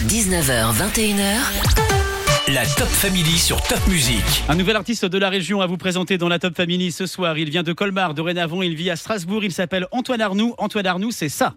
19h, 21h. La Top Family sur Top Music. Un nouvel artiste de la région à vous présenter dans la Top Family ce soir. Il vient de Colmar, dorénavant il vit à Strasbourg. Il s'appelle Antoine Arnoux. Antoine Arnoux, c'est ça.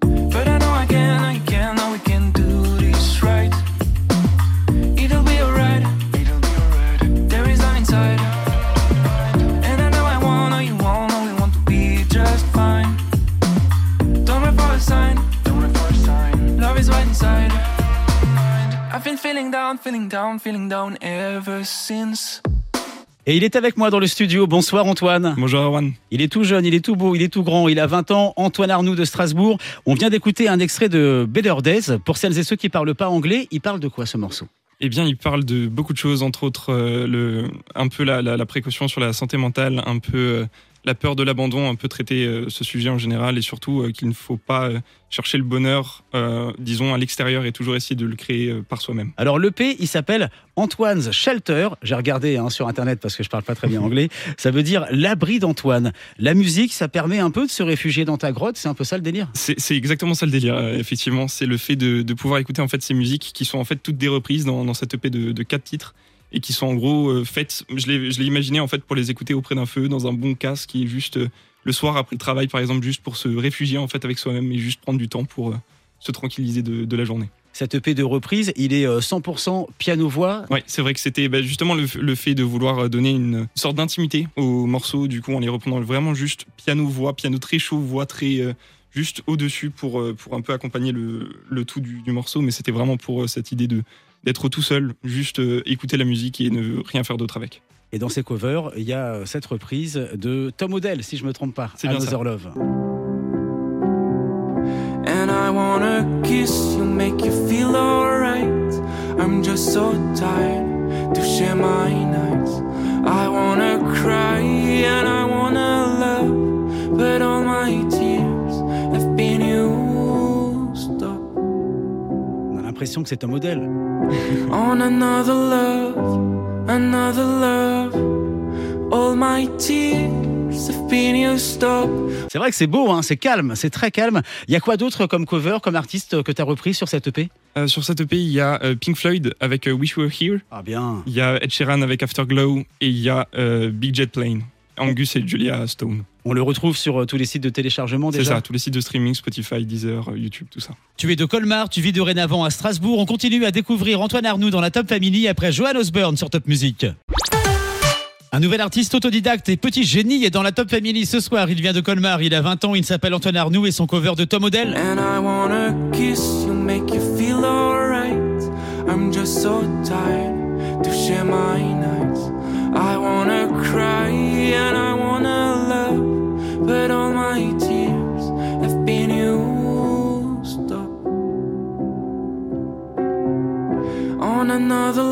I've been feeling down ever since. Et il est avec moi dans le studio. Bonsoir Antoine. Bonjour Erwan. Il est tout jeune, il est tout beau, il est tout grand, il a 20 ans. Antoine Arnoux de Strasbourg. On vient d'écouter un extrait de Better Days. Pour celles et ceux qui parlent pas anglais, il parle de quoi ce morceau ? Eh bien, il parle de beaucoup de choses, entre autres un peu la précaution sur la santé mentale, un peu la peur de l'abandon, un peu traiter ce sujet en général, et surtout qu'il ne faut pas chercher le bonheur, disons, à l'extérieur et toujours essayer de le créer par soi-même. Alors l'EP, il s'appelle Antoine's Shelter. J'ai regardé sur Internet parce que je parle pas très bien anglais. Ça veut dire l'abri d'Antoine. La musique, ça permet un peu de se réfugier dans ta grotte. C'est un peu ça le délire. C'est exactement ça le délire. Effectivement, c'est le fait de pouvoir écouter en fait ces musiques qui sont en fait toutes des reprises dans cette EP de 4 titres. Et qui sont en gros faites, je l'ai imaginé en fait pour les écouter auprès d'un feu, dans un bon casque, qui est juste le soir après le travail par exemple, juste pour se réfugier en fait avec soi-même et juste prendre du temps pour se tranquilliser de la journée. Cette EP de reprise, il est 100% piano-voix. Ouais, c'est vrai que c'était justement le fait de vouloir donner une sorte d'intimité aux morceaux, du coup en les reprenant vraiment juste piano-voix, piano très chaud, voix très juste au-dessus pour un peu accompagner le tout du morceau, mais c'était vraiment pour cette idée d'être tout seul, juste écouter la musique et ne rien faire d'autre avec. Et dans ces covers, il y a cette reprise de Tom Odell, si je me trompe pas, Another Love. And I wanna kiss you, make you feel alright. I'm just so tired to share my nights. I wanna cry and I wanna love, but all my tears have been used up. On a l'impression que c'est un modèle. On another love, all my tears have been used up. C'est vrai que c'est beau, c'est calme, c'est très calme. Il y a quoi d'autre comme cover, comme artiste que tu as repris sur cette EP ? Sur cette EP, il y a Pink Floyd avec Wish We Were Here. Ah bien. Il y a Ed Sheeran avec Afterglow et il y a Big Jet Plane, Angus et Julia Stone. On le retrouve sur tous les sites de téléchargement déjà. C'est ça, tous les sites de streaming, Spotify, Deezer, YouTube, tout ça. Tu es de Colmar, tu vis dorénavant à Strasbourg. On continue à découvrir Antoine Arnoux dans la Top Family après Johan Osborne sur Top Music. Un nouvel artiste autodidacte et petit génie est dans la Top Family ce soir. Il vient de Colmar, il a 20 ans, il s'appelle Antoine Arnoux et son cover de Tom Odell. And I wanna kiss you, make you feel alright. I'm just so tired to share my nights. I wanna cry and I wanna love, but all my tears have been used up. On another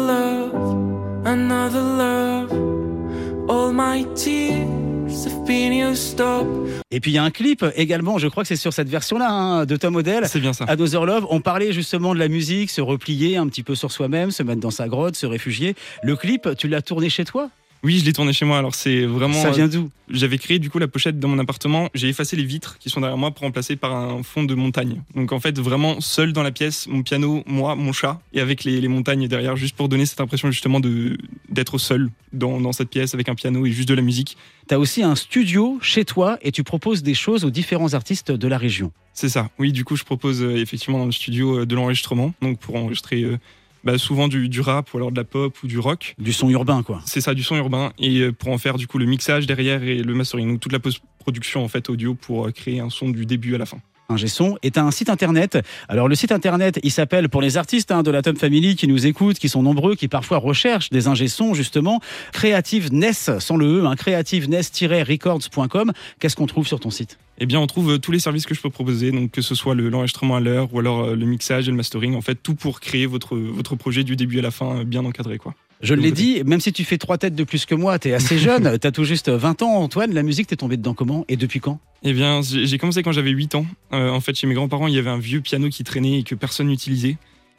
love, all my tears have been used up. Et puis il y a un clip également, je crois que c'est sur cette version-là de Tom Odell. C'est bien ça. Another Love. On parlait justement de la musique, se replier un petit peu sur soi-même, se mettre dans sa grotte, se réfugier. Le clip, tu l'as tourné chez toi ? Oui, je l'ai tourné chez moi. Alors c'est vraiment. Ça vient d'où ? J'avais créé du coup la pochette dans mon appartement. J'ai effacé les vitres qui sont derrière moi pour remplacer par un fond de montagne. Donc en fait vraiment seul dans la pièce, mon piano, moi, mon chat, et avec les montagnes derrière, juste pour donner cette impression justement d'être seul dans cette pièce avec un piano et juste de la musique. Tu as aussi un studio chez toi et tu proposes des choses aux différents artistes de la région. C'est ça. Oui, du coup je propose effectivement dans le studio de l'enregistrement, donc pour enregistrer. Souvent du rap ou alors de la pop ou du rock. Du son urbain quoi. C'est ça, du son urbain, et pour en faire du coup le mixage derrière et le mastering, donc toute la post-production en fait audio pour créer un son du début à la fin. Ingé son, et t'as un site internet. Alors le site internet, il s'appelle, pour les artistes de la Top Family qui nous écoutent, qui sont nombreux, qui parfois recherchent des ingé sons justement, CreativeNess, sans le E, creativeness-records.com. Qu'est-ce qu'on trouve sur ton site ? Eh bien, on trouve tous les services que je peux proposer, donc que ce soit l'enregistrement à l'heure ou alors le mixage et le mastering, en fait, tout pour créer votre projet du début à la fin bien encadré, quoi. Je l'ai dit, même si tu fais 3 têtes de plus que moi, t'es assez jeune, t'as tout juste 20 ans, Antoine. La musique, t'es tombé dedans comment et depuis quand ? Eh bien, j'ai commencé quand j'avais 8 ans. En fait, chez mes grands-parents, il y avait un vieux piano qui traînait et que personne n'utilisait.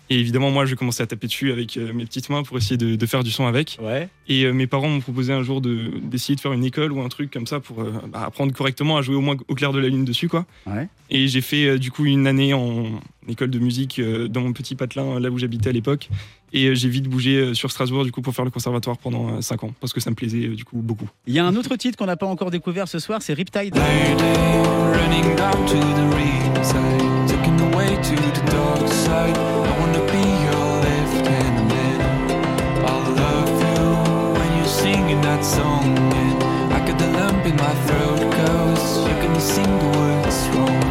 Et évidemment, moi, je commençais à taper dessus avec mes petites mains pour essayer de faire du son avec. Ouais. Et mes parents m'ont proposé un jour d'essayer de faire une école ou un truc comme ça pour apprendre correctement à jouer au moins au clair de la lune dessus, quoi. Ouais. Et j'ai fait du coup une année en école de musique dans mon petit patelin, là où j'habitais à l'époque. Et j'ai vite bougé sur Strasbourg du coup pour faire le conservatoire pendant 5 ans parce que ça me plaisait du coup beaucoup. Il y a un autre titre qu'on n'a pas encore découvert ce soir, c'est Riptide. Running down to the riverside, taking away to the dark side. I wanna be your left hand man. I'll love you when you're singing that song. And I got the lump in my throat, 'cause you're gonna sing the words wrong.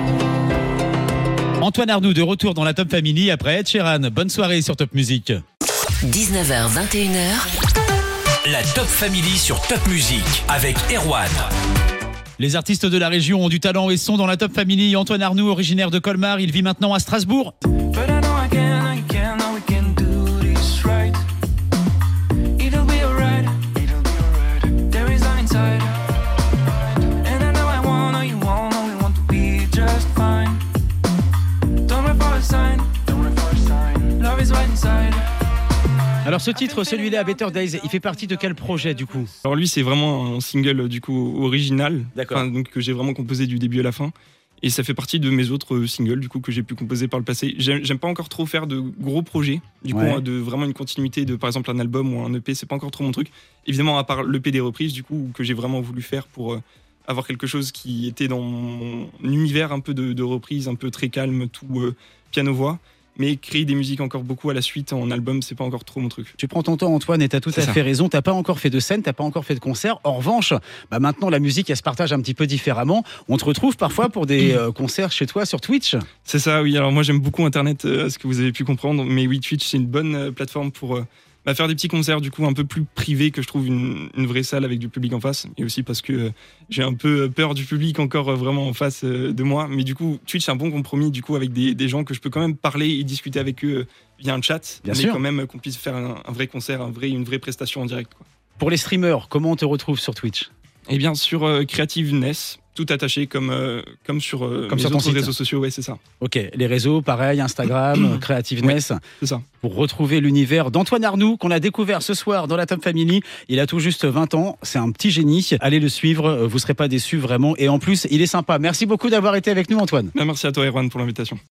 Antoine Arnoux de retour dans la Top Family après Ed Sheeran. Bonne soirée sur Top Music. 19h, 21h. La Top Family sur Top Music avec Erwan. Les artistes de la région ont du talent et sont dans la Top Family. Antoine Arnoux, originaire de Colmar, il vit maintenant à Strasbourg. But I know I can, now we can do this right. It'll be alright, there is light inside. And I know I want, know you want, know we want to be just fine. Don't wait for a sign, love is right inside. Alors ce titre, celui-là, Better Days, il fait partie de quel projet du coup? Alors lui, c'est vraiment un single du coup original, D'accord. donc que j'ai vraiment composé du début à la fin. Et ça fait partie de mes autres singles du coup que j'ai pu composer par le passé. J'aime pas encore trop faire de gros projets, du coup, Ouais. de vraiment une continuité de par exemple un album ou un EP, c'est pas encore trop mon truc. Évidemment, à part l'EP des reprises du coup que j'ai vraiment voulu faire pour avoir quelque chose qui était dans mon univers un peu de reprises, un peu très calme, tout piano-voix. Mais créer des musiques encore beaucoup à la suite en album, c'est pas encore trop mon truc. Tu prends ton temps, Antoine, et t'as tout à C'est ça. fait raison. T'as pas encore fait de scène, t'as pas encore fait de concert. En revanche, maintenant la musique, elle se partage un petit peu différemment. On te retrouve parfois pour des concerts chez toi sur Twitch. C'est ça, oui. Alors moi, j'aime beaucoup Internet, ce que vous avez pu comprendre. Mais oui, Twitch, c'est une bonne plateforme pour faire des petits concerts, du coup, un peu plus privés, que je trouve une vraie salle avec du public en face. Et aussi parce que j'ai un peu peur du public encore vraiment en face de moi. Mais du coup, Twitch, c'est un bon compromis, du coup, avec des gens que je peux quand même parler et discuter avec eux via un chat. Bien mais sûr. quand même qu'on puisse faire un vrai concert, une vraie prestation en direct, quoi. Pour les streamers, comment on te retrouve sur Twitch? Et bien sur Creativeness, tout attaché comme sur mes sur ton autres site. réseaux sociaux, ouais, c'est ça. Ok, les réseaux, pareil, Instagram, Creativeness, C'est ça. pour retrouver l'univers d'Antoine Arnoux qu'on a découvert ce soir dans la Top Family. Il a tout juste 20 ans, c'est un petit génie. Allez le suivre, vous serez pas déçus vraiment. Et en plus, il est sympa. Merci beaucoup d'avoir été avec nous, Antoine. Merci à toi, Erwan, pour l'invitation.